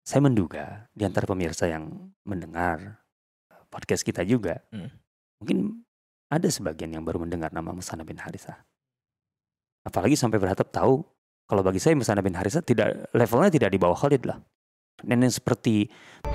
saya menduga di antara pemirsa yang mendengar podcast kita juga, mungkin ada sebagian yang baru mendengar nama Mus'anab bin Harithah. Apalagi sampai berharap tahu, kalau bagi saya Mus'anab bin Harithah levelnya tidak di bawah Khalid lah. Dan yang seperti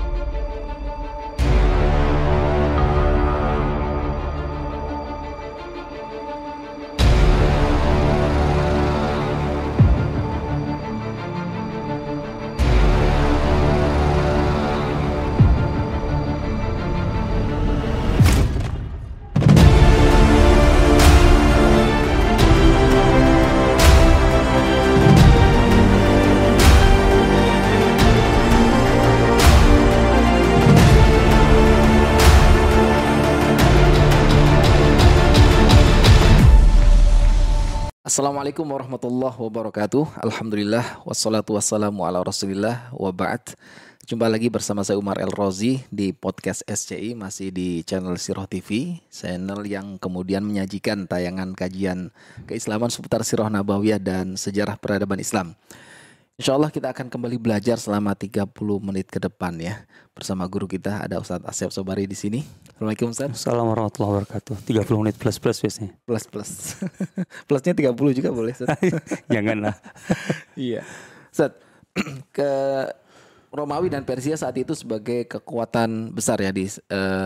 Assalamualaikum warahmatullahi wabarakatuh. Alhamdulillah wassalatu wassalamu ala rasulillah wa ba'd. Jumpa lagi bersama saya Umar El-Rozi di podcast SCI, masih di channel Sirah TV, channel yang kemudian menyajikan tayangan kajian keislaman seputar sirah nabawiyah dan sejarah peradaban Islam. InsyaAllah kita akan kembali belajar selama 30 menit ke depan ya. Bersama guru kita ada Ustadz Asyaf Sobari di sini. Assalamualaikum Ustadz. Assalamualaikum warahmatullahi wabarakatuh. 30 menit plus biasanya. Plus. Plusnya 30 juga boleh Ustadz. Janganlah. Iya. Ustadz, ke Romawi dan Persia saat itu sebagai kekuatan besar ya di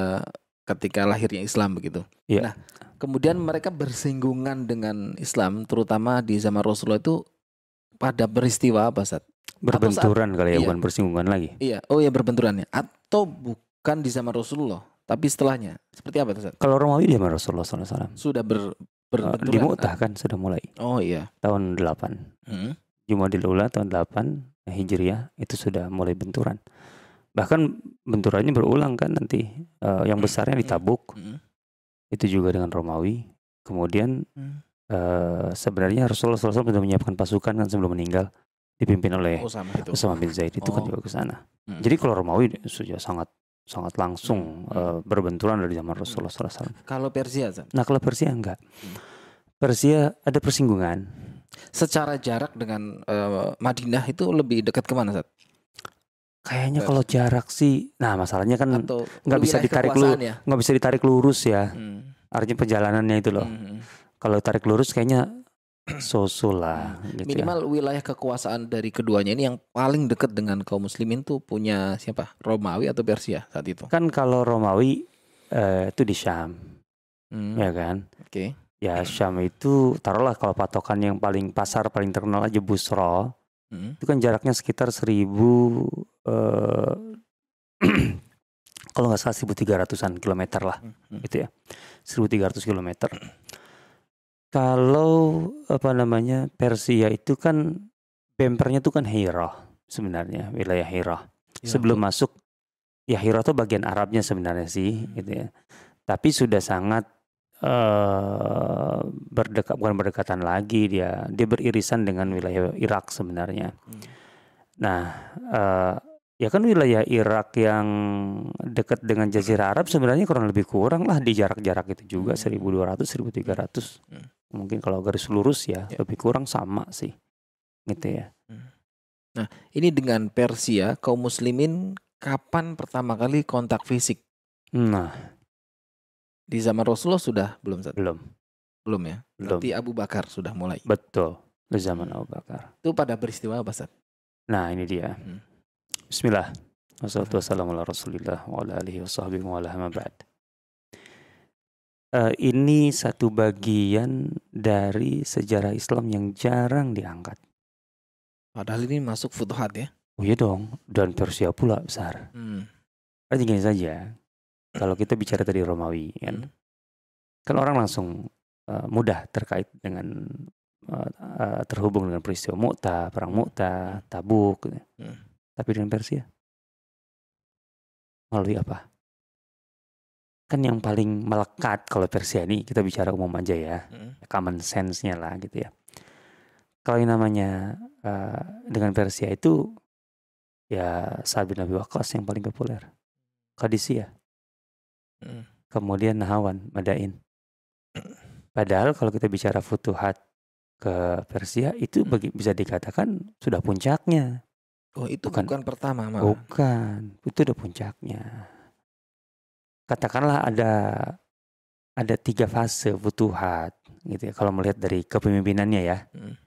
ketika lahirnya Islam begitu. Iya. Nah, kemudian mereka bersinggungan dengan Islam terutama di zaman Rasulullah itu pada peristiwa apa Ustadz? Berbenturan kali ya, iya. Bukan bersinggungan lagi. Iya, oh ya berbenturannya. Atau bukan di zaman Rasulullah, tapi setelahnya. Seperti apa Ustadz? Kalau Romawi di zaman Rasulullah SAW. Sudah berbenturan. Di Mu'tah kan sudah mulai. Oh iya. Tahun 8. Jumadil Ula tahun 8 Hijriah itu sudah mulai benturan. Bahkan benturannya berulang kan nanti. Yang besarnya di Tabuk. Itu juga dengan Romawi. Kemudian sebenarnya Rasulullah SAW sudah menyiapkan pasukan kan sebelum meninggal, dipimpin oleh Usama bin Zaid itu kan juga ke sana. Jadi kalau Romawi sudah sangat langsung berbenturan dari zaman Rasulullah SAW. Kalau Persia, nah kalau Persia enggak. Persia ada persinggungan. Secara jarak dengan Madinah itu lebih dekat kemana, Zat? Kayaknya kalau jarak sih, nah masalahnya kan nggak bisa ditarik lurus ya. Artinya perjalanannya itu loh. Kalau tarik lurus kayaknya so-so lah. Gitu minimal ya. Wilayah kekuasaan dari keduanya ini yang paling dekat dengan kaum muslimin tuh punya siapa? Romawi atau Persia saat itu? Kan kalau Romawi itu di Syam, ya kan? Oke. Ya Syam itu taruhlah kalau patokan yang pasar paling terkenal aja Busra, itu kan jaraknya sekitar 1000 kalau nggak salah 1300-an kilometer lah, gitu ya, 1300 kilometer. Kalau Persia itu kan bempernya tuh kan Hira sebenarnya, wilayah Hira. Ya, sebelum masuk ya Hira tuh bagian Arabnya sebenarnya sih, gitu ya. Tapi sudah sangat bukan berdekatan lagi, dia beririsan dengan wilayah Irak sebenarnya. Nah, ya kan wilayah Irak yang dekat dengan Jazirah Arab sebenarnya kurang lebih kurang lah di jarak-jarak itu juga 1200 1300. Mungkin kalau garis lurus ya lebih kurang sama sih. Gitu ya. Nah, ini dengan Persia, kaum muslimin kapan pertama kali kontak fisik? Nah, di zaman Rasulullah sudah belum? Belum ya? Berarti Abu Bakar sudah mulai. Betul, di zaman Abu Bakar. Itu pada peristiwa apa, Ustaz? Nah, ini dia. Bismillah. Wassalatu wassalamu ala Rasulillah wa ala alihi washabbihi wa ala ma ba'd. Ini satu bagian dari sejarah Islam yang jarang diangkat. Padahal ini masuk futuhat ya? Oh iya dong, dan Persia pula besar. Artinya gini saja, kalau kita bicara tadi Romawi kan, kan orang langsung mudah terkait dengan terhubung dengan peristiwa Mu'tah, perang Mu'tah, Tabuk. Tapi dengan Persia melalui apa? Kan yang paling melekat kalau Persia ini kita bicara umum aja ya, common sense-nya lah gitu ya. Kalau yang namanya dengan Persia itu ya Sa'ad bin Abi Waqqas yang paling populer, Qadisiyah, kemudian Nahawan, Madain. Padahal kalau kita bicara futuhat ke Persia itu bisa dikatakan sudah puncaknya. Oh, itu bukan pertama malah. Bukan, itu udah puncaknya. Katakanlah ada 3 fase futuhat gitu ya, kalau melihat dari kepemimpinannya ya.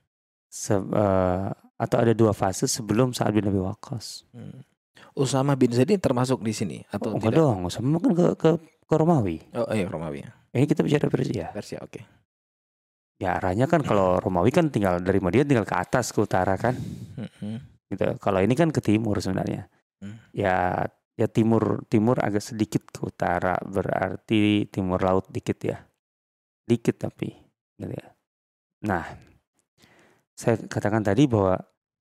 Atau ada 2 fase sebelum Sa'ad bin Abi Waqqas. Usama bin Zaid ini termasuk di sini atau enggak tidak? dong, Usama kan ke Romawi. Oh iya, Romawi. Ini kita bicara Persia. Persia, oke. Ya arahnya kan kalau Romawi kan tinggal dari Madinah tinggal ke atas ke utara kan. Gitu. Kalau ini kan ke timur sebenarnya. Ya timur agak sedikit ke utara, berarti timur laut dikit ya. Dikit tapi gitu ya. Nah, saya katakan tadi bahwa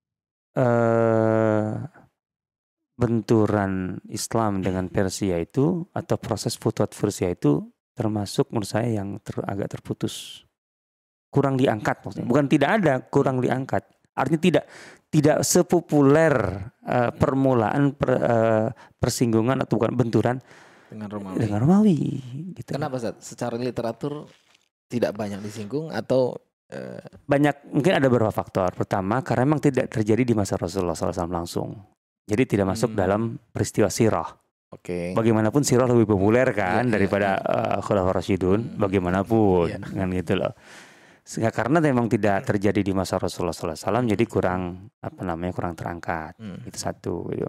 benturan Islam dengan Persia itu atau proses futuhat Persia itu termasuk menurut saya yang agak terputus. Kurang diangkat maksudnya. Bukan tidak ada, kurang diangkat. Artinya tidak sepopuler permulaan persinggungan atau bukan benturan dengan Romawi gitu. Kenapa Ustaz? Secara literatur tidak banyak disinggung atau banyak, mungkin ada beberapa faktor. Pertama, karena memang tidak terjadi di masa Rasulullah SAW langsung. Jadi tidak masuk dalam peristiwa sirah. Oke. Bagaimanapun sirah lebih populer kan daripada Khulafaur Rasyidun, bagaimanapun kan gitu loh. Sehingga karena memang tidak terjadi di masa Rasulullah SAW, jadi kurang terangkat. Itu satu. Gitu.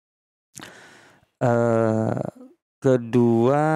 Kedua,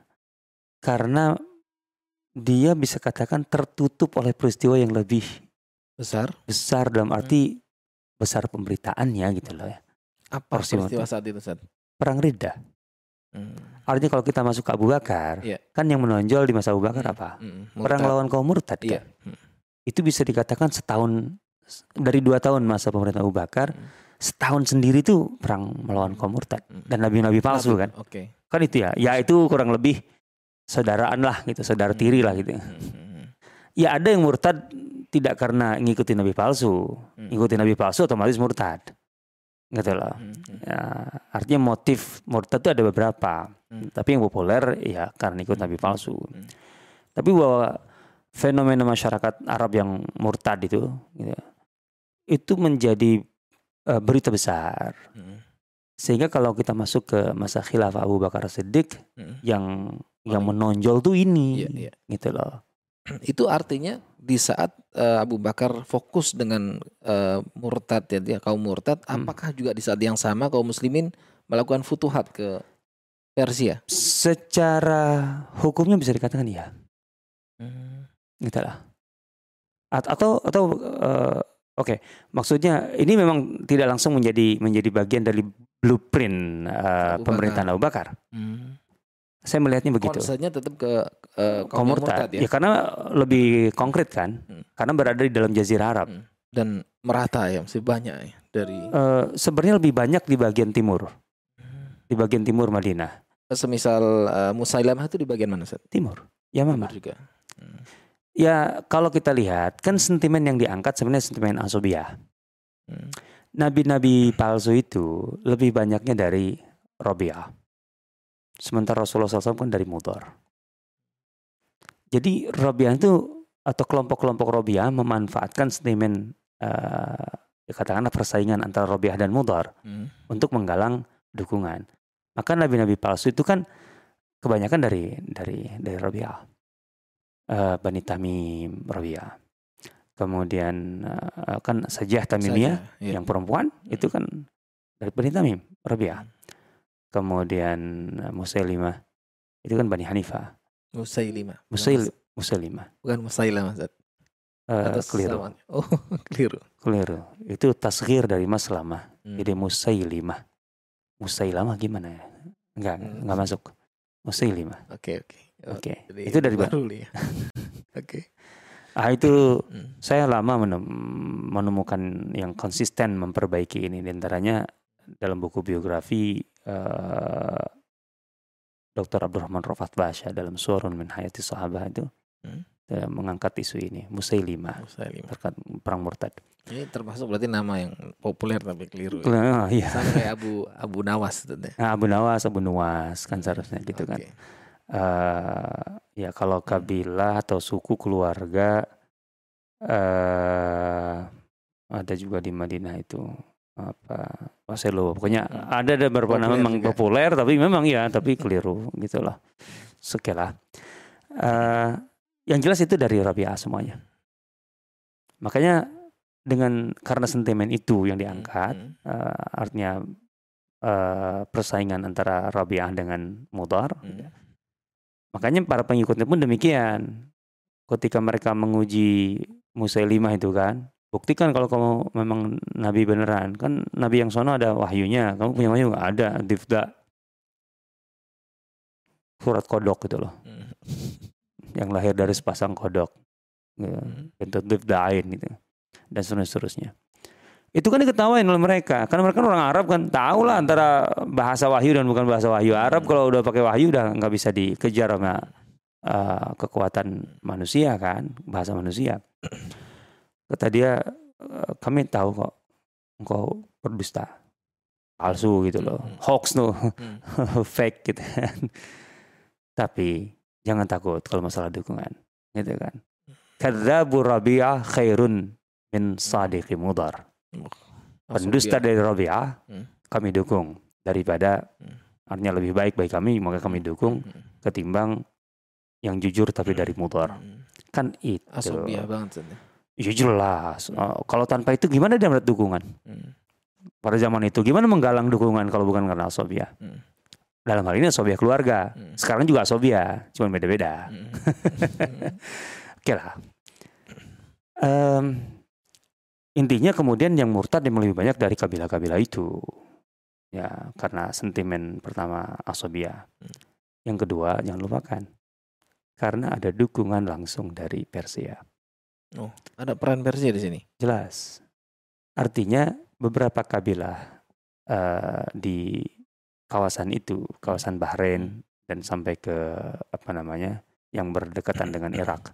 karena dia bisa katakan tertutup oleh peristiwa yang lebih besar dalam arti besar pemberitaannya gitu loh ya. Apa peristiwa saat itu, Ustaz? Perang Riddah. Artinya kalau kita masuk ke Abu Bakar, kan yang menonjol di masa Abu Bakar apa? Perang lawan kaum murtad kan? Itu bisa dikatakan setahun, dari 2 tahun masa pemerintahan Abu Bakar, setahun sendiri itu perang melawan kaum murtad dan nabi-nabi palsu kan? Kan itu ya, itu kurang lebih saudaraan lah gitu, saudara tiri lah gitu. Ya ada yang murtad tidak karena ngikutin nabi palsu, ngikutin nabi palsu otomatis murtad. Gitu loh. Ya, artinya motif murtad itu ada beberapa. Tapi yang populer ya karena ikut nabi palsu. Tapi bahwa fenomena masyarakat Arab yang murtad itu gitu, itu menjadi berita besar. Sehingga kalau kita masuk ke masa khilafah Abu Bakar Siddiq yang menonjol tuh ini gitu loh. Itu artinya di saat Abu Bakar fokus dengan murtad ya kaum murtad, apakah juga di saat yang sama kaum muslimin melakukan futuhat ke Persia? Secara hukumnya bisa dikatakan iya. Gitu lah. Atau oke, maksudnya ini memang tidak langsung menjadi bagian dari blueprint pemerintahan Abu Bakar. Saya melihatnya begitu. Konsepnya tetap ke kaum murtad ya karena lebih konkret kan, karena berada di dalam Jazirah Arab dan merata ya, masih banyak ya dari. Sebenarnya lebih banyak di bagian timur, di bagian timur Madinah. Semisal Musailamah itu di bagian mana, Ustaz? Timur, Yamamah juga. Ya kalau kita lihat kan sentimen yang diangkat sebenarnya sentimen Asobiyah. Nabi-nabi palsu itu lebih banyaknya dari Robiah. Sementara Rasulullah SAW kan dari Mudhar. Jadi Robiah itu atau kelompok-kelompok Robiah memanfaatkan sentimen katakanlah persaingan antara Robiah dan Mudhar untuk menggalang dukungan. Maka nabi-nabi palsu itu kan kebanyakan dari Robiah. Bani Tamim, Robiah. Kemudian kan Sajah Tamimiyah yang perempuan itu kan dari Bani Tamim, Robiah. Kemudian Musailimah itu kan Bani Hanifah. Musailimah. Bukan Musailamah, Ustaz. Keliru. Oh, keliru. Itu tasghir dari Maslamah. Jadi Musailimah. Musailamah gimana ya? Enggak masuk. Musailimah. Oke. Itu dari baru ya. Oke. Itu saya lama menemukan yang konsisten memperbaiki ini. Di antaranya dalam buku biografi Dr. Abdurrahman Rafat Basha dalam Suwarun min Hayati Sahabah itu mengangkat isu ini Musailimah terkait perang murtad. Ini termasuk berarti nama yang populer tapi keliru. Iya. Sama kayak Abu Nawas itu deh. Abu Nuwas kan seharusnya gitu kan. Ya kalau kabilah atau suku keluarga ada juga di Madinah itu saya lupa. Pokoknya ada beberapa nama memang populer tapi memang tapi keliru gitulah. Sekilah. Yang jelas itu dari Rabi'ah semuanya. Makanya karena sentimen itu yang diangkat, artinya persaingan antara Rabi'ah dengan Mudhar. Makanya para pengikutnya pun demikian. Ketika mereka menguji Musailimah itu kan, buktikan kalau kamu memang nabi beneran. Kan nabi yang sono ada wahyunya, kamu punya wahyu nggak? Ada, difda. Surat kodok gitu loh. Yang lahir dari sepasang kodok. Bentuk difda'ain gitu. Dan seterusnya. Itu kan diketawain oleh mereka. Karena mereka orang Arab kan, tahu lah antara bahasa wahyu dan bukan bahasa wahyu. Arab kalau udah pakai wahyu udah nggak bisa dikejar sama kekuatan manusia kan, bahasa manusia. Kata dia, kami tahu kok engkau berdusta, palsu gitu loh, hoax fake gitu kan. Tapi jangan takut kalau masalah dukungan, gitu kan. Kadzabu Rabi'ah khairun min sadiqi Mudhar. Pendusta dari Rabi'ah kami dukung daripada, artinya lebih baik bagi kami, maka kami dukung ketimbang yang jujur tapi dari Mudhar. Kan itu. Asobiah banget. Ya jelas. Kalau tanpa itu gimana dia mendapat dukungan? Pada zaman itu gimana menggalang dukungan kalau bukan karena asobiah? Dalam hal ini asobiah keluarga. Sekarang juga asobiah, cuma beda-beda. Oke lah. Intinya kemudian yang murtad yang lebih banyak dari kabilah-kabilah itu. Ya, karena sentimen pertama asobiah. Yang kedua, jangan lupakan. Karena ada dukungan langsung dari Persia. Oh, ada peran Persia di sini? Jelas. Artinya beberapa kabilah di kawasan itu, kawasan Bahrain dan sampai ke yang berdekatan dengan Irak.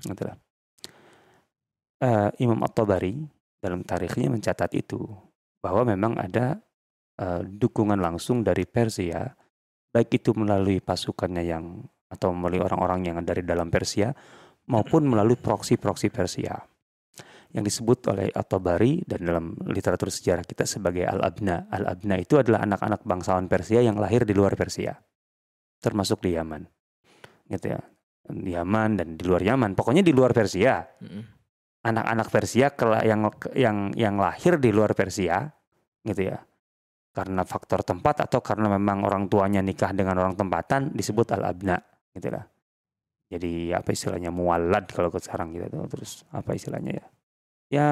Imam At-Tabari dalam tarikhnya mencatat itu bahwa memang ada dukungan langsung dari Persia, baik itu melalui pasukannya atau melalui orang-orang yang dari dalam Persia maupun melalui proksi-proksi Persia yang disebut oleh At-Tabari dan dalam literatur sejarah kita sebagai Al-Abna. Al-Abna itu adalah anak-anak bangsawan Persia yang lahir di luar Persia, termasuk di Yaman, gitu ya, di Yaman dan di luar Yaman, pokoknya di luar Persia. Anak-anak Persia yang lahir di luar Persia, gitu ya, karena faktor tempat atau karena memang orang tuanya nikah dengan orang tempatan disebut Al-Abna. Gitu lah. Jadi apa istilahnya muwallad kalau sekarang gitu. Terus apa istilahnya ya? Ya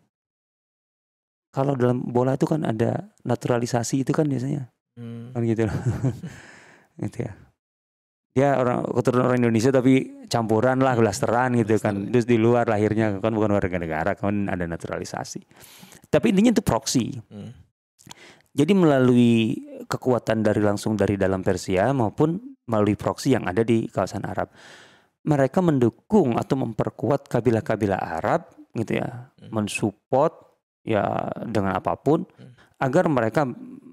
kalau dalam bola itu kan ada naturalisasi itu kan biasanya. Kan gitu loh. Gitu ya. Dia keturunan orang Indonesia tapi campuran lah, blasteran gitu kan. Terus di luar lahirnya kan bukan warga negara, kan ada naturalisasi. Tapi intinya itu proksi. Jadi melalui kekuatan langsung dari dalam Persia maupun melalui proksi yang ada di kawasan Arab, mereka mendukung atau memperkuat kabilah-kabilah Arab, gitu ya, mensupport ya dengan apapun agar mereka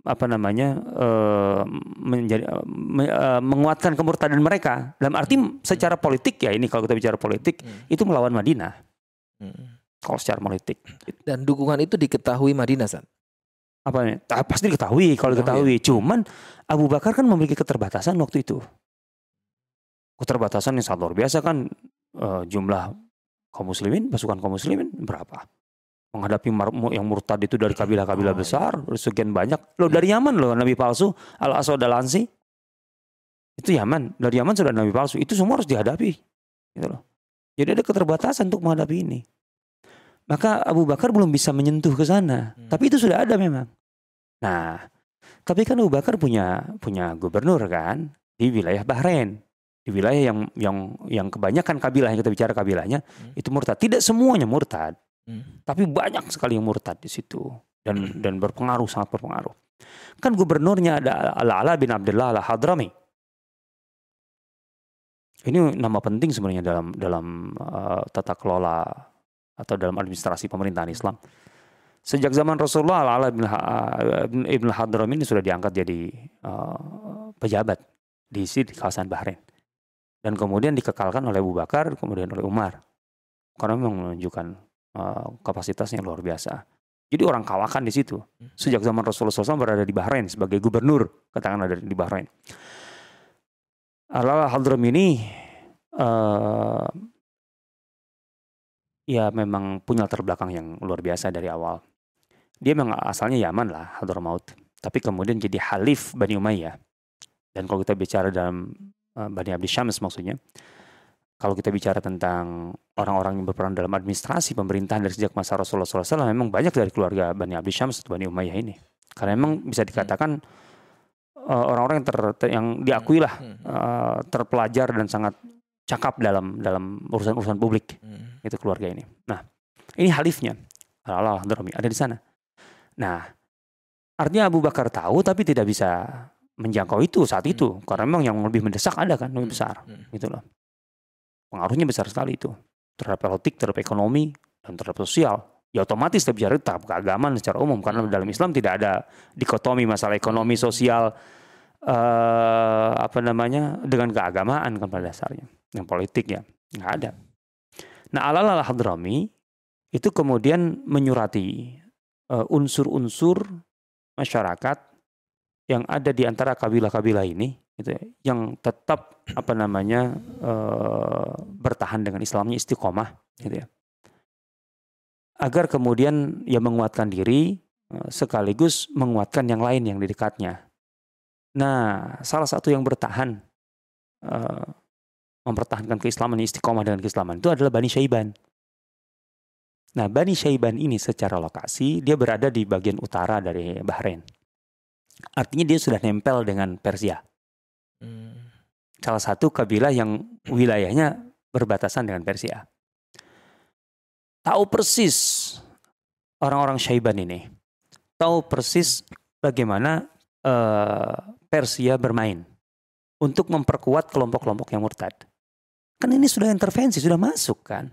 menguatkan kemurtadan mereka. Dalam arti secara politik ya, ini kalau kita bicara politik itu melawan Madinah. Kalau secara politik. Dan dukungan itu diketahui Madinah, San? Pasti diketahui kalau diketahui. Cuman Abu Bakar kan memiliki keterbatasan waktu itu. Keterbatasan yang sangat luar biasa kan, jumlah kaum muslimin, pasukan kaum muslimin berapa? Menghadapi yang murtad itu dari kabilah-kabilah besar, sekian banyak. Loh dari Yaman loh nabi palsu, Al-Aswad Al-Ansi. Itu Yaman, dari Yaman sudah nabi palsu. Itu semua harus dihadapi. Gitu loh. Jadi ada keterbatasan untuk menghadapi ini. Maka Abu Bakar belum bisa menyentuh ke sana. Tapi itu sudah ada memang. Nah, tapi kan Abu Bakar punya gubernur kan di wilayah Bahrain. Di wilayah yang kebanyakan kabilah, yang kita bicara kabilahnya itu murtad. Tidak semuanya murtad. Tapi banyak sekali yang murtad di situ dan berpengaruh, sangat berpengaruh. Kan gubernurnya ada Al-Ala bin Abdullah Al-Hadrami. Ini nama penting sebenarnya dalam tata kelola atau dalam administrasi pemerintahan Islam. Sejak zaman Rasulullah, Al-Ala bin Hadrami ini sudah diangkat jadi pejabat di kawasan Bahrain. Dan kemudian dikekalkan oleh Abu Bakar, kemudian oleh Umar. Karena memang menunjukkan kapasitasnya luar biasa. Jadi orang kawakan di situ. sejak zaman Rasulullah SAW berada di Bahrain sebagai gubernur, katakanlah dari di Bahrain. Al-Ala al-Hadrami ini ya memang punya latar belakang yang luar biasa dari awal. Dia memang asalnya Yaman lah, Hadramaut. Tapi kemudian jadi Halif Bani Umayyah. Dan kalau kita bicara dalam Bani Abdi Syams maksudnya, kalau kita bicara tentang orang-orang yang berperan dalam administrasi pemerintahan dari sejak masa Rasulullah SAW, memang banyak dari keluarga Bani Abdi Syams atau Bani Umayyah ini. Karena memang bisa dikatakan orang-orang yang diakui lah terpelajar dan sangat cakap dalam urusan-urusan publik. Itu keluarga ini. Nah, ini halifnya Al-Ala al-Hadrami ada di sana. Nah, artinya Abu Bakar tahu tapi tidak bisa menjangkau itu saat itu karena memang yang lebih mendesak ada kan, lebih besar gitu loh. Pengaruhnya besar sekali itu terhadap politik, terhadap ekonomi, dan terhadap sosial. Ya otomatis kita bicara terhadap keagamaan secara umum karena dalam Islam tidak ada dikotomi masalah ekonomi, sosial, dengan keagamaan kan pada dasarnya. Yang politik ya nggak ada. Nah, Al-Ala al-Hadrami itu kemudian menyurati unsur-unsur masyarakat yang ada di antara kabilah-kabilah ini, gitu ya, yang tetap bertahan dengan Islamnya istiqomah, gitu ya, agar kemudian ya menguatkan diri sekaligus menguatkan yang lain yang di dekatnya. Nah, salah satu yang bertahan mempertahankan keislaman, istiqomah dengan keislaman itu adalah Bani Syaiban. Nah, Bani Syaiban ini secara lokasi dia berada di bagian utara dari Bahrain. Artinya dia sudah nempel dengan Persia. Salah satu kabilah yang wilayahnya berbatasan dengan Persia. Tahu persis orang-orang Syaiban ini. Tahu persis bagaimana Persia bermain untuk memperkuat kelompok-kelompok yang murtad. Kan ini sudah intervensi, sudah masuk kan.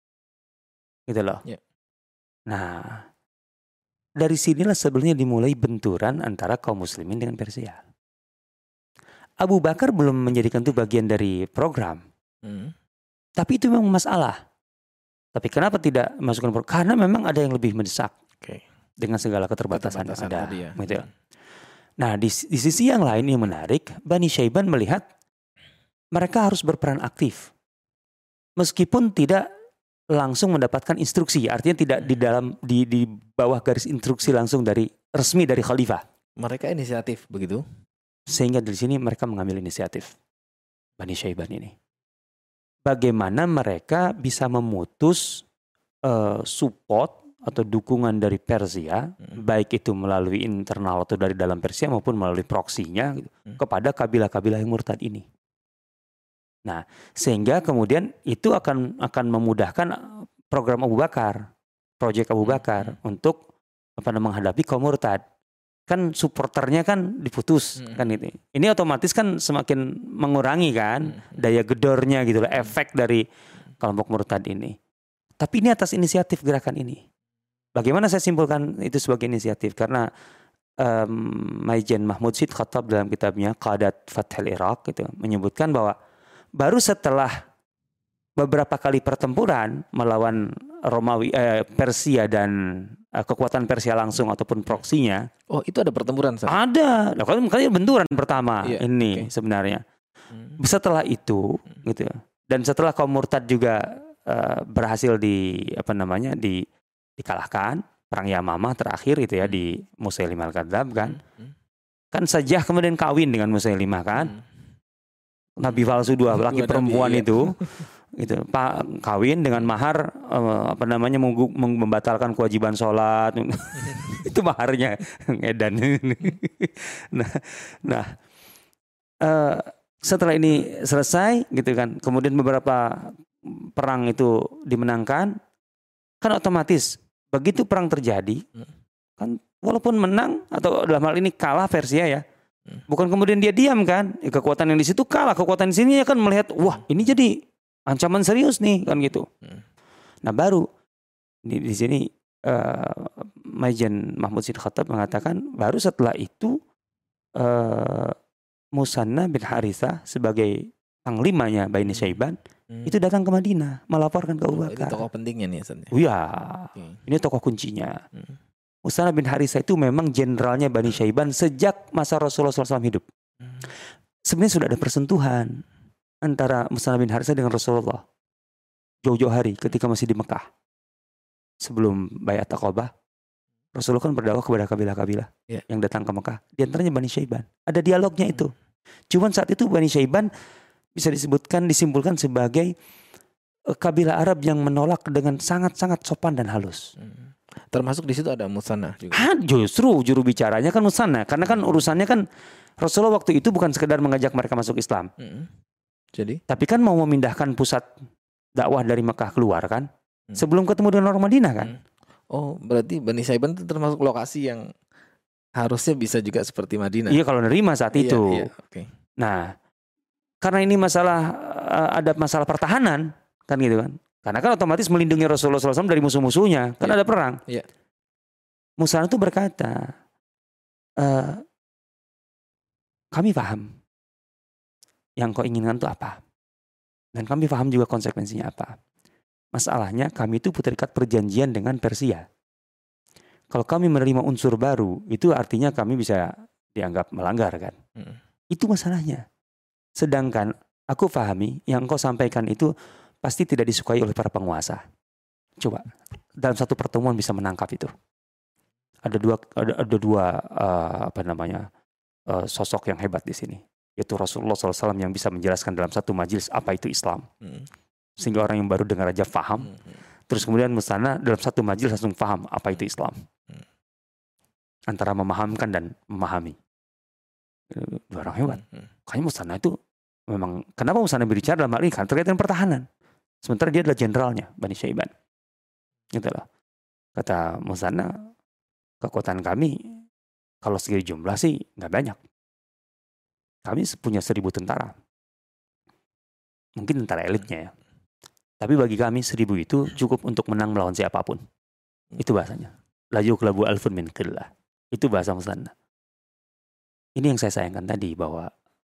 Gitu loh. Yeah. Nah, dari sinilah sebenarnya dimulai benturan antara kaum muslimin dengan Persia. Abu Bakar belum menjadikan itu bagian dari program. Tapi itu memang masalah. Tapi kenapa tidak masukkan program? Karena memang ada yang lebih mendesak. Dengan segala keterbatasan yang ada. Gitu. Nah, di sisi yang lain yang menarik, Bani Syaiban melihat mereka harus berperan aktif. Meskipun tidak langsung mendapatkan instruksi, artinya tidak di bawah garis instruksi langsung resmi dari khalifah. Mereka inisiatif begitu. Sehingga dari sini mereka mengambil inisiatif Bani Syaiban ini. Bagaimana mereka bisa memutus support atau dukungan dari Persia, baik itu melalui internal atau dari dalam Persia maupun melalui proksinya gitu, kepada kabilah-kabilah yang murtad ini. Nah, sehingga kemudian itu akan memudahkan program Abu Bakar, proyek Abu Bakar untuk menghadapi kaum murtad. Kan supporternya kan diputus kan itu. Ini otomatis kan semakin mengurangi kan daya gedornya gitu loh, efek dari kelompok murtad ini. Tapi ini atas inisiatif gerakan ini. Bagaimana saya simpulkan itu sebagai inisiatif? Karena Maijen Mahmud Syed Khattab dalam kitabnya Qadat Fathul Iraq itu menyebutkan bahwa baru setelah beberapa kali pertempuran melawan Romawi, Persia dan kekuatan Persia langsung ataupun proksinya. Oh, itu ada pertempuran? Ada. Nah, kali benturan pertama ini sebenarnya. Setelah itu, gitu. Dan setelah kaum murtad juga berhasil dikalahkan, perang Yamamah terakhir itu ya di Musailimah al-Kadzdzab kan. Kan Sajjah kemudian kawin dengan Musailimah kan. Nabi palsu dua laki perempuan itu kawin dengan mahar membatalkan kewajiban sholat. Itu maharnya edan. Setelah ini selesai gitu kan, kemudian beberapa perang itu dimenangkan, kan otomatis begitu perang terjadi kan, walaupun menang atau dalam hal ini kalah Persia ya, bukan kemudian dia diam kan, kekuatan yang di situ kalah, kekuatan di sini kan melihat wah ini jadi ancaman serius nih kan gitu. Nah baru di sini Maijen Mahmud Syed Khattab mengatakan baru setelah itu Musanna bin Harithah sebagai panglimanya Bani Syaiban itu datang ke Madinah melaporkan ke Abu Bakar. Ini tokoh pentingnya nih Ustaz. Iya, ini tokoh kuncinya. Musanna bin Harithah itu memang jenderalnya Bani Syaiban sejak masa Rasulullah SAW hidup. Sebenarnya sudah ada persentuhan antara Musanna bin Harithah dengan Rasulullah. Jauh-jauh hari ketika masih di Mekah. Sebelum Baiat Aqabah, Rasulullah kan berdakwah kepada kabilah-kabilah yang datang ke Mekah. Di antaranya Bani Syaiban. Ada dialognya itu. Cuman saat itu Bani Syaiban bisa disimpulkan sebagai kabilah Arab yang menolak dengan sangat-sangat sopan dan halus. Termasuk di situ ada Musanna juga. Justru juru bicaranya kan Musanna, karena kan urusannya kan Rasulullah waktu itu bukan sekedar mengajak mereka masuk Islam. Jadi, tapi kan mau memindahkan pusat dakwah dari Mekah keluar kan, sebelum ketemu dengan orang Madinah kan. Oh, berarti Bani Syaiban itu termasuk lokasi yang harusnya bisa juga seperti Madinah. Iya, kalau nerima saat itu. Iya, okay. Nah, karena ini ada masalah pertahanan kan gitu kan. Karena kan otomatis melindungi Rasulullah SAW dari musuh-musuhnya. Kan ada perang. Musanna itu berkata, kami paham yang kau inginkan itu apa. Dan kami paham juga konsekuensinya apa. Masalahnya kami itu terikat perjanjian dengan Persia. Kalau kami menerima unsur baru, itu artinya kami bisa dianggap melanggar kan. Itu masalahnya. Sedangkan aku pahami yang kau sampaikan itu pasti tidak disukai oleh para penguasa. Coba dalam satu pertemuan bisa menangkap itu. Ada dua sosok yang hebat di sini, yaitu Rasulullah SAW yang bisa menjelaskan dalam satu majelis apa itu Islam, sehingga orang yang baru dengar aja paham. Terus kemudian Musanna dalam satu majelis langsung paham apa itu Islam, antara memahamkan dan memahami. Dua orang hebat. Kayaknya Musanna itu memang, kenapa Musanna berbicara dalam hal ini kan terkait dengan pertahanan. Sementara dia adalah jenderalnya Bani Syaiban. Gitu loh. Kata Musanna, kekuatan kami kalau segi jumlah sih nggak banyak. Kami punya 1.000 tentara. Mungkin tentara elitnya ya. Tapi bagi kami 1.000 itu cukup untuk menang melawan siapapun. Itu bahasanya. La yuklabu alfun min qillah. Itu bahasa Musanna. Ini yang saya sayangkan tadi, bahwa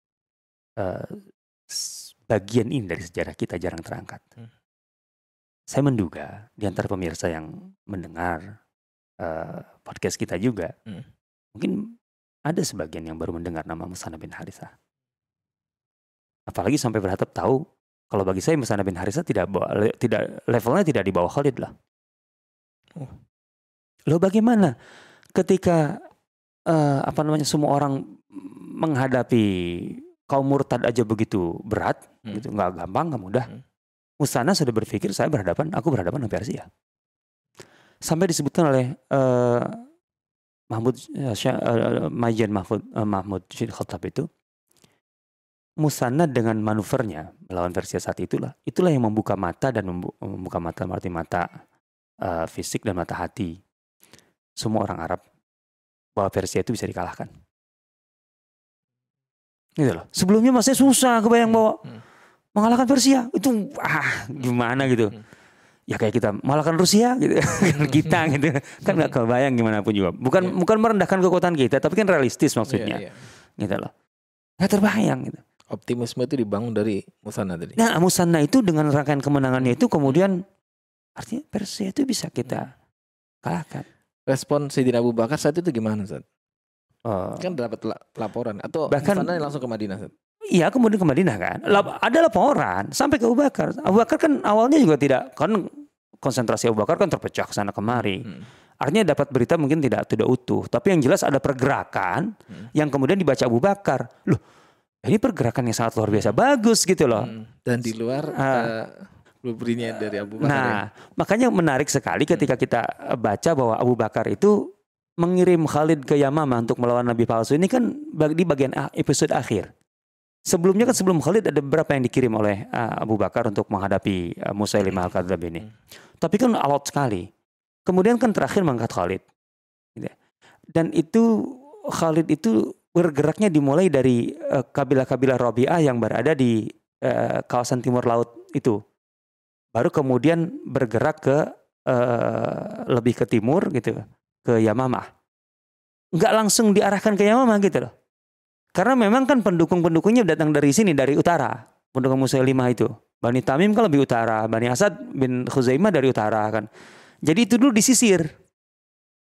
bagian ini dari sejarah kita jarang terangkat. Saya menduga di antara pemirsa yang mendengar podcast kita juga, mungkin ada sebagian yang baru mendengar nama Musanna bin Harithah. Apalagi sampai berharap tahu, kalau bagi saya Musanna bin Harithah levelnya tidak di bawah Khalid lah. Loh bagaimana ketika semua orang menghadapi kaum murtad aja begitu berat, gitu, nggak gampang, nggak mudah. Musanna sudah berpikir aku berhadapan dengan Persia. Sampai disebutkan oleh Majen Mahmud Syed Khattab itu, Musanna dengan manuvernya melawan Persia saat itulah yang membuka mata, dan membuka mata arti mata fisik dan mata hati semua orang Arab bahwa Persia itu bisa dikalahkan. Gitu loh. Sebelumnya masih susah kebayang bahwa mengalahkan Persia itu gimana gitu. Ya kayak kita mengalahkan Rusia gitu. Kita gitu. Kan enggak kebayang gimana pun juga. Bukan merendahkan kekuatan kita, tapi kan realistis maksudnya. Gitu loh. Enggak terbayang gitu. Optimisme itu dibangun dari Musanna tadi. Nah, Musanna itu dengan rangkaian kemenangannya itu kemudian artinya Persia itu bisa kita kalahkan. Respon Sayyidina Abu Bakar saat itu gimana, Ustaz? Kan dapat laporan atau bahkan Musanna langsung ke Madinah, Ustaz? Iya, kemudian ke Madinah kan. Ada laporan sampai ke Abu Bakar. Abu Bakar kan awalnya juga tidak, kan konsentrasi Abu Bakar kan terpecah ke sana kemari. Artinya dapat berita mungkin tidak utuh, tapi yang jelas ada pergerakan yang kemudian dibaca Abu Bakar. Loh, ini pergerakan yang sangat luar biasa, bagus gitu loh. Dan di luar blueprintnya dari Abu Bakar. Nah, makanya menarik sekali ketika kita baca bahwa Abu Bakar itu mengirim Khalid ke Yamamah untuk melawan Nabi palsu. Ini kan di bagian episode akhir. Sebelumnya kan sebelum Khalid ada beberapa yang dikirim oleh Abu Bakar untuk menghadapi Musailimah al-Kadzdzab ini. Tapi kan alot sekali. Kemudian kan terakhir mengangkat Khalid. Dan itu Khalid itu bergeraknya dimulai dari kabilah-kabilah Rabi'ah yang berada di kawasan timur laut itu. Baru kemudian bergerak ke lebih ke timur gitu, ke Yamamah. Enggak langsung diarahkan ke Yamamah gitu loh. Karena memang kan pendukung-pendukungnya datang dari sini, dari utara. Pendukung Musailimah itu. Bani Tamim kan lebih utara. Bani Asad bin Khuzaimah dari utara kan. Jadi itu dulu disisir.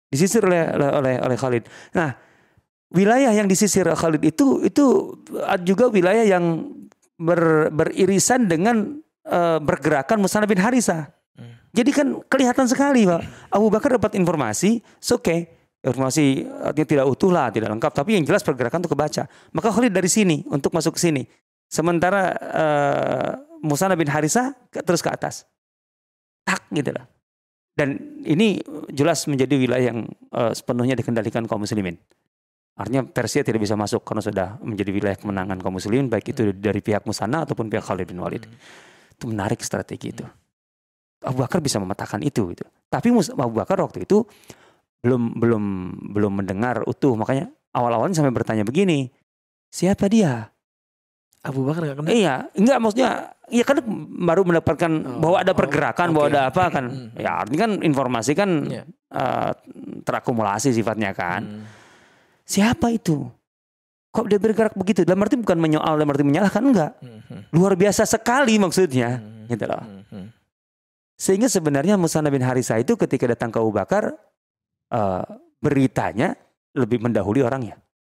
disisir oleh Khalid. Nah, wilayah yang disisir Khalid itu juga wilayah yang beririsan dengan bergerakan Musanna bin Harithah. Jadi kan kelihatan sekali Pak, Abu Bakar dapat informasi, informasi artinya tidak utuh lah, tidak lengkap, tapi yang jelas pergerakan itu kebaca. Maka Khalid dari sini untuk masuk ke sini. Sementara Musanna bin Harithah terus ke atas. Tak gitu lah. Dan ini jelas menjadi wilayah yang sepenuhnya dikendalikan kaum muslimin. Artinya Persia tidak bisa masuk karena sudah menjadi wilayah kemenangan kaum muslimin, baik itu dari pihak Musanna ataupun pihak Khalid bin Walid. Itu menarik strategi itu. Abu Bakar bisa memetakan itu gitu. Tapi Abu Bakar waktu itu belum mendengar utuh, makanya awal-awalnya sampai bertanya begini, siapa dia? Abu Bakar nggak kenal? Iya, enggak maksudnya, iya kan baru mendapatkan bahwa ada pergerakan, bahwa ada apa kan? Ya artinya kan informasi kan terakumulasi sifatnya kan. Siapa itu? Kok dia bergerak begitu? Dalam arti bukan menyoal, dalam arti menyalahkan, enggak. Luar biasa sekali maksudnya, gitu loh. Sehingga sebenarnya Musanna bin Harithah itu ketika datang ke Abu Bakar, beritanya lebih mendahului orangnya.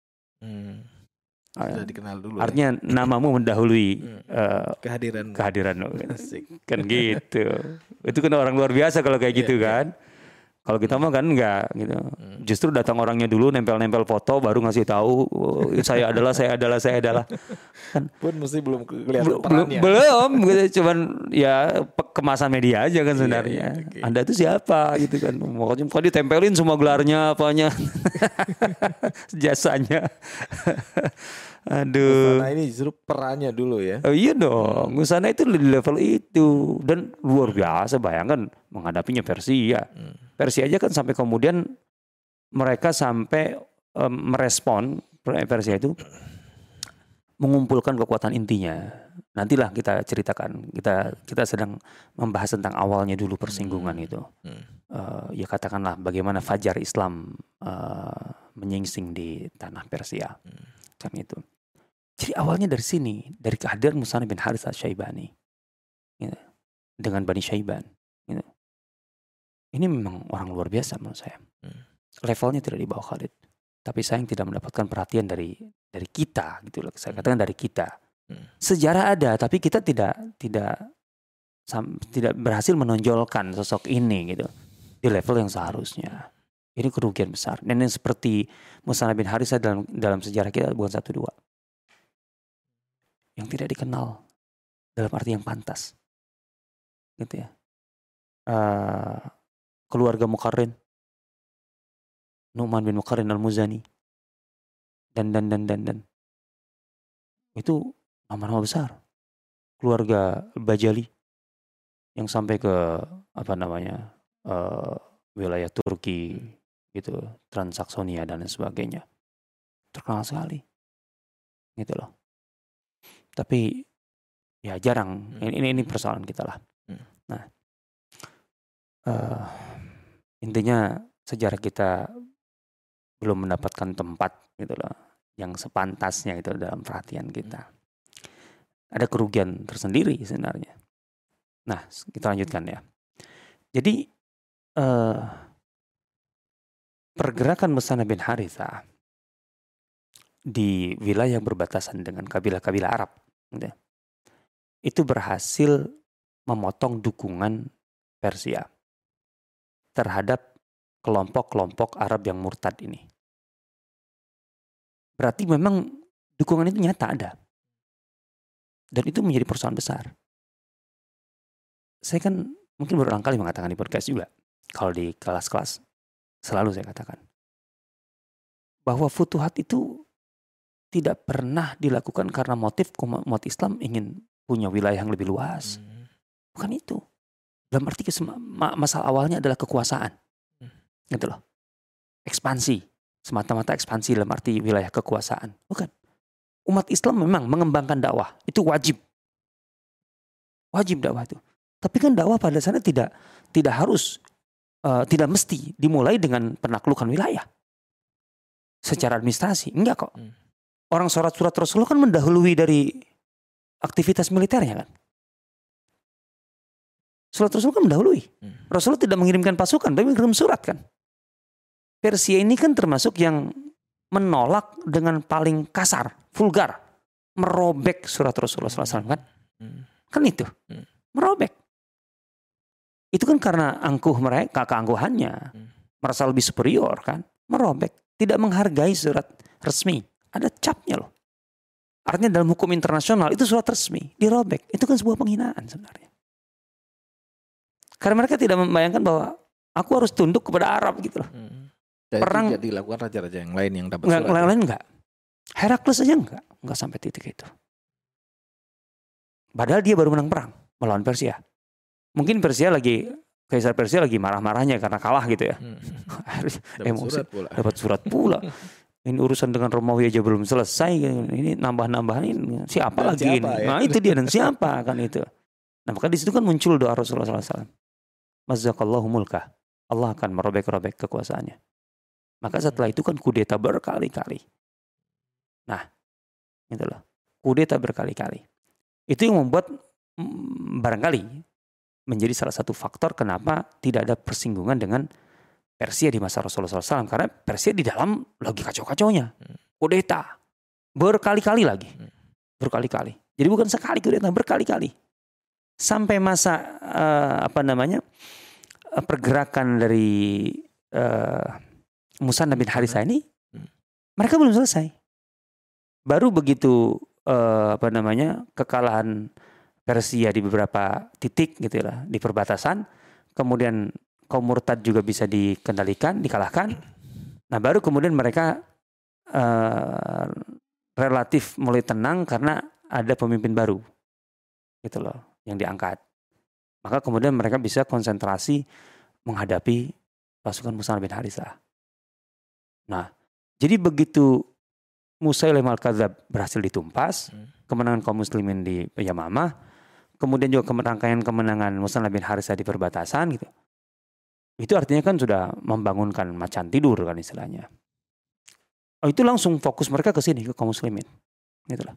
Sudah dikenal dulu. Artinya namamu mendahului kehadiran kan gitu. Itu kan orang luar biasa kalau kayak gitu kan. Kalau kita mah kan enggak gitu. Justru datang orangnya dulu, nempel-nempel foto, baru ngasih tahu saya adalah. Kan pun mesti belum kelihatan perannya. Belum gitu, cuman ya kemasan media aja kan sebenarnya. Anda itu siapa gitu kan. Makanya ditempelin semua gelarnya, apanya. Jasanya. Aduh. Musanna ini justru perannya dulu ya. Oh iya dong, Musanna itu di level itu dan luar biasa. Bayangkan menghadapinya Persia. Persia aja kan sampai kemudian mereka sampai merespon Persia itu mengumpulkan kekuatan intinya. Nantilah kita ceritakan. Kita sedang membahas tentang awalnya dulu persinggungan itu. Ya katakanlah bagaimana fajar Islam menyingsing di tanah Persia. Kan itu. Jadi awalnya dari sini, dari kehadiran Musanna bin Harithah Syaibani gitu, dengan Bani Syaiban gitu. Ini memang orang luar biasa menurut saya. Levelnya tidak di bawah Khalid, tapi sayang tidak mendapatkan perhatian dari kita gitu loh. Saya katakan dari kita. Sejarah ada, tapi kita tidak berhasil menonjolkan sosok ini gitu di level yang seharusnya. Ini kerugian besar. Dan yang seperti Musanna bin Harithah dalam sejarah kita bukan 1-2. Yang tidak dikenal dalam arti yang pantas. Gitu ya. Keluarga Muqarrin, Nu'man bin Muqarrin al-Muzani, dan. Itu nama-nama besar. Keluarga Bajali yang sampai ke wilayah Turki gitu, Transaksonia dan lain sebagainya. Terkenal sekali. Gitu loh. Tapi ya jarang. Ini persoalan kita lah. Nah, intinya sejarah kita belum mendapatkan tempat gitu loh yang sepantasnya itu dalam perhatian kita. Ada kerugian tersendiri sebenarnya. Nah, kita lanjutkan ya. Jadi pergerakan Musanna bin Harithah di wilayah yang berbatasan dengan kabilah-kabilah Arab gitu, itu berhasil memotong dukungan Persia terhadap kelompok-kelompok Arab yang murtad ini. Berarti memang dukungan itu nyata ada. Dan itu menjadi persoalan besar. Saya kan mungkin berulang kali mengatakan di podcast juga. Kalau di kelas-kelas selalu saya katakan. Bahwa futuhat itu tidak pernah dilakukan karena motif umat Islam ingin punya wilayah yang lebih luas. Bukan itu. Dalam arti masalah awalnya adalah kekuasaan. Gitu loh. Ekspansi. Semata-mata ekspansi dalam arti wilayah kekuasaan. Bukan. Umat Islam memang mengembangkan dakwah. Itu wajib. Wajib dakwah itu. Tapi kan dakwah pada sana tidak harus, tidak mesti dimulai dengan penaklukan wilayah. Secara administrasi. Enggak kok. Orang surat-surat Rasulullah kan mendahului dari aktivitas militernya kan. Surat Rasul kan mendahului. Rasulullah tidak mengirimkan pasukan, tapi mengirim surat kan. Persia ini kan termasuk yang menolak dengan paling kasar, vulgar, merobek surat Rasulullah SAW kan? Kan itu, merobek. Itu kan karena mereka, keangkuhannya, merasa lebih superior kan, merobek, tidak menghargai surat resmi, ada capnya loh. Artinya dalam hukum internasional itu surat resmi, dirobek, itu kan sebuah penghinaan sebenarnya. Karena mereka tidak membayangkan bahwa aku harus tunduk kepada Arab gitu loh. Perang tidak dilakukan raja-raja yang lain yang dapat surat. Yang lain enggak. Herakles aja enggak sampai titik itu. Padahal dia baru menang perang melawan Persia. Mungkin Kaisar Persia lagi marah-marahnya karena kalah gitu ya. Emosi. Dapat surat pula. Ini urusan dengan Romawi aja belum selesai. Ini nambah-nambahin. Siapa dan lagi siapa, ini? Ya? Nah itu dia dan siapa kan itu. Nah maka di situ kan muncul doa Rasulullah SAW. Mazzakallahu mulkah. Allah akan merobek-robek kekuasaannya. Maka setelah itu kan kudeta berkali-kali. Nah, gitu loh. Kudeta berkali-kali. Itu yang membuat barangkali menjadi salah satu faktor kenapa tidak ada persinggungan dengan Persia di masa Rasulullah SAW. Karena Persia di dalam lagi kacau-kacaunya. Kudeta. Berkali-kali lagi. Berkali-kali. Jadi bukan sekali kudeta, berkali-kali. Sampai masa pergerakan dari Musanna bin Harithah ini, mereka belum selesai. Baru begitu kekalahan Persia di beberapa titik gitu lah, di perbatasan, kemudian kaum murtad juga bisa dikalahkan. Nah baru kemudian mereka relatif mulai tenang karena ada pemimpin baru, gitu loh, yang diangkat. Maka kemudian mereka bisa konsentrasi menghadapi pasukan Musanna bin Harithah. Nah, jadi begitu Musailimah al-Kadzdzab berhasil ditumpas, kemenangan kaum muslimin di Yamamah, kemudian juga kemenangan Musanna bin Harithah di perbatasan gitu. Itu artinya kan sudah membangunkan macan tidur kan istilahnya. Oh, itu langsung fokus mereka ke sini, ke kaum muslimin. Gitulah.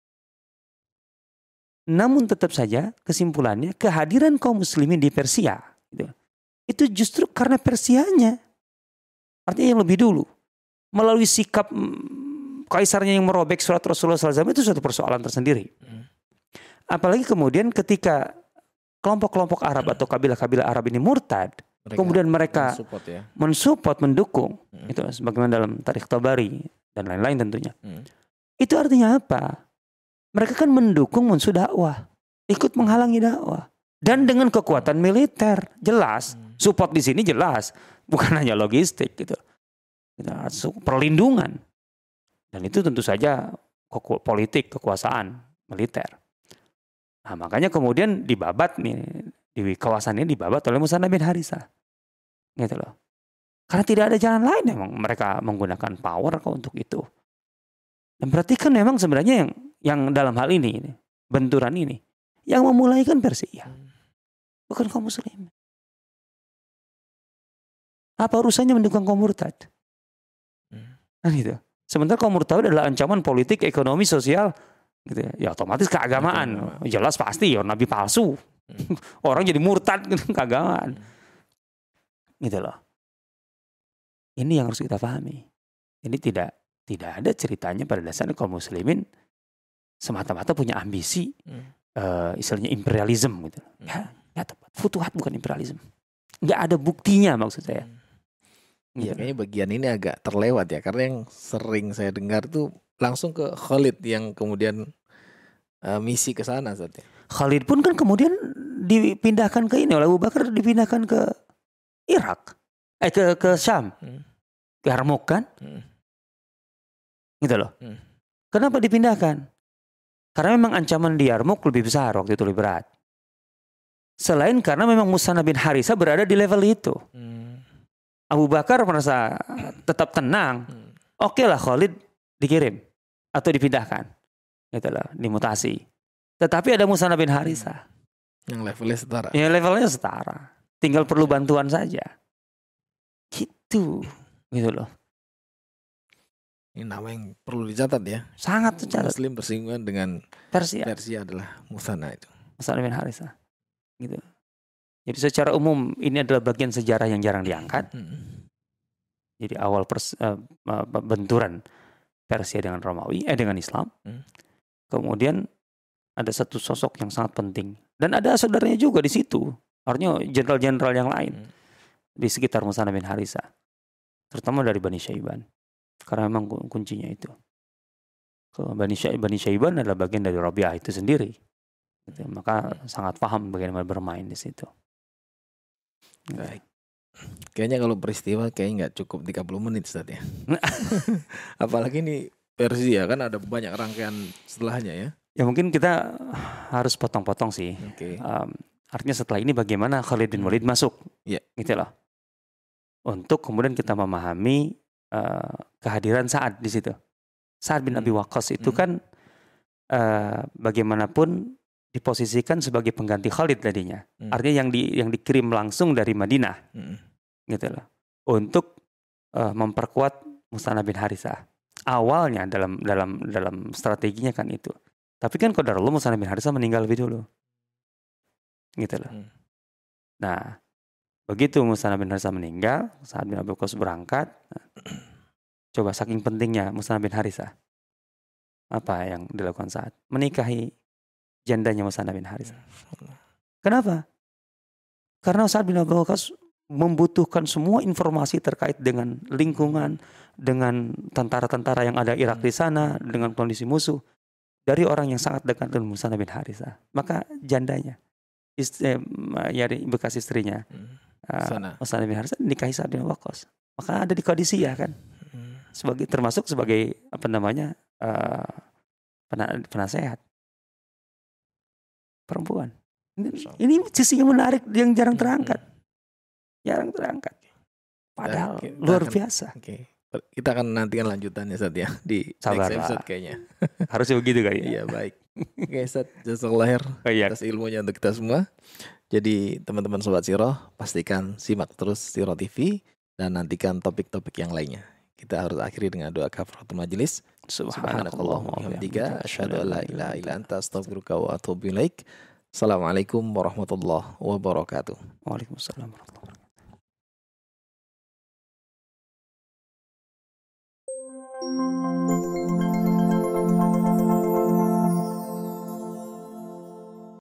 Namun tetap saja kesimpulannya kehadiran kaum muslimin di Persia gitu, itu justru karena Persianya. Artinya yang lebih dulu. Melalui sikap kaisarnya yang merobek surat Rasulullah SAW itu suatu persoalan tersendiri. Apalagi kemudian ketika kelompok-kelompok Arab atau kabilah-kabilah Arab ini murtad, kemudian mereka mensupport, mendukung, itu sebagaimana dalam Tarikh Tabari dan lain-lain tentunya. Itu artinya apa? Mereka kan mendukung musuh dakwah, ikut menghalangi dakwah, dan dengan kekuatan militer jelas, support di sini jelas, bukan hanya logistik gitu, perlindungan, dan itu tentu saja politik, kekuasaan militer. Nah makanya kemudian dibabat nih, di kawasan ini dibabat oleh Musanna bin Harithah. Gitu loh. Karena tidak ada jalan lain memang mereka menggunakan power untuk itu. Dan berarti kan memang sebenarnya yang dalam hal ini, benturan ini, yang memulai kan Persia. Bukan kaum muslim. Apa urusannya mendukung kaum murtad? Nah gitu. Sementara kaum murtad adalah ancaman politik, ekonomi, sosial. Gitu ya, otomatis keagamaan. Jelas pasti ya nabi palsu. Orang jadi murtad keagamaan. Gitu loh. Ini yang harus kita pahami. Ini tidak ada ceritanya pada dasarnya kaum muslimin semata-mata punya ambisi istilahnya imperialisme gitu. Ya tepat. Futuhat bukan imperialisme. Nggak ada buktinya maksud saya. Iya, kayaknya bagian ini agak terlewat ya, karena yang sering saya dengar tuh langsung ke Khalid yang kemudian misi ke sana saatnya. Khalid pun kan kemudian dipindahkan ke ini oleh Abu Bakar, dipindahkan ke Irak, ke Syam, ke Yarmouk kan, gitu loh. Kenapa dipindahkan? Karena memang ancaman di Yarmouk lebih besar waktu itu, lebih berat. Selain karena memang Musanna bin Harithah berada di level itu. Abu Bakar merasa tetap tenang. Oke lah Khalid dikirim atau dipindahkan. Gitu loh, dimutasi. Tetapi ada Musanna bin Harithah. Yang levelnya setara. Ya levelnya setara. Tinggal perlu bantuan saja. Gitu. Gitu loh. Ini nama yang perlu dicatat ya. Sangat dicatat. Muslim bersinggungan dengan Persia adalah Musanna itu. Musanna bin Harithah. Gitu. Jadi secara umum ini adalah bagian sejarah yang jarang diangkat. Jadi awal benturan Persia dengan Romawi, dengan Islam. Kemudian ada satu sosok yang sangat penting. Dan ada saudaranya juga di situ. Artinya jenderal-jenderal yang lain. Di sekitar Musanna bin Harithah. Terutama dari Bani Syaiban. Karena memang kuncinya itu. Bani Syaiban adalah bagian dari Rabi'ah itu sendiri. Gitu. Maka sangat paham bagaimana bermain di situ. Baik. Kayaknya kalau peristiwa kayaknya nggak cukup 30 menit Ustaz ya. Apalagi ini Persia kan ada banyak rangkaian setelahnya ya. Ya mungkin kita harus potong-potong sih. Okay. Artinya setelah ini bagaimana Khalid bin Walid masuk. Gitu loh. Untuk kemudian kita memahami kehadiran Sa'ad di situ. Sa'ad bin Abi Waqqas itu kan bagaimanapun diposisikan sebagai pengganti Khalid tadinya. Artinya yang dikirim langsung dari Madinah. Gitu loh. Untuk memperkuat Musanna bin Harithah. Awalnya dalam strateginya kan itu. Tapi kan qadarullah Musanna bin Harithah meninggal lebih dulu. Gitu loh. Nah, begitu Musanna bin Harithah meninggal, Sa'ad bin Abi Waqqas berangkat. Coba saking pentingnya Musanna bin Harithah. Apa yang dilakukan Sa'ad? Menikahi jandanya Musanna bin Harithah. Kenapa? Karena Sa'ad bin Abi Waqqas membutuhkan semua informasi terkait dengan lingkungan, dengan tentara-tentara yang ada Irak di sana, dengan kondisi musuh dari orang yang sangat dekat dengan Musanna bin Harithah. Maka jandanya, bekas istrinya, Musanna bin Harithah nikahi Sa'ad bin Abi Waqqas. Maka ada di Qadisiyah kan, termasuk sebagai penasehat perempuan. Ini sisi yang menarik yang jarang terangkat. Padahal luar biasa. Kita akan nantikan lanjutannya Ustaz ya di next episode kayaknya. Harusnya begitu kali ya. Iya baik. Oke Ustaz, jazakallahu khair atas ilmunya untuk kita semua. Jadi teman-teman Sobat Siroh, pastikan simak terus Siroh TV dan nantikan topik-topik yang lainnya. Kita harus akhiri dengan doa kafaratul majelis. Subhanakallahumma wa bihamdika asyhadu an la ilaha illa anta astaghfiruka wa atubu ilaik. Assalamualaikum warahmatullahi wabarakatuh. Waalaikumsalam warahmatullahi wabarakatuh.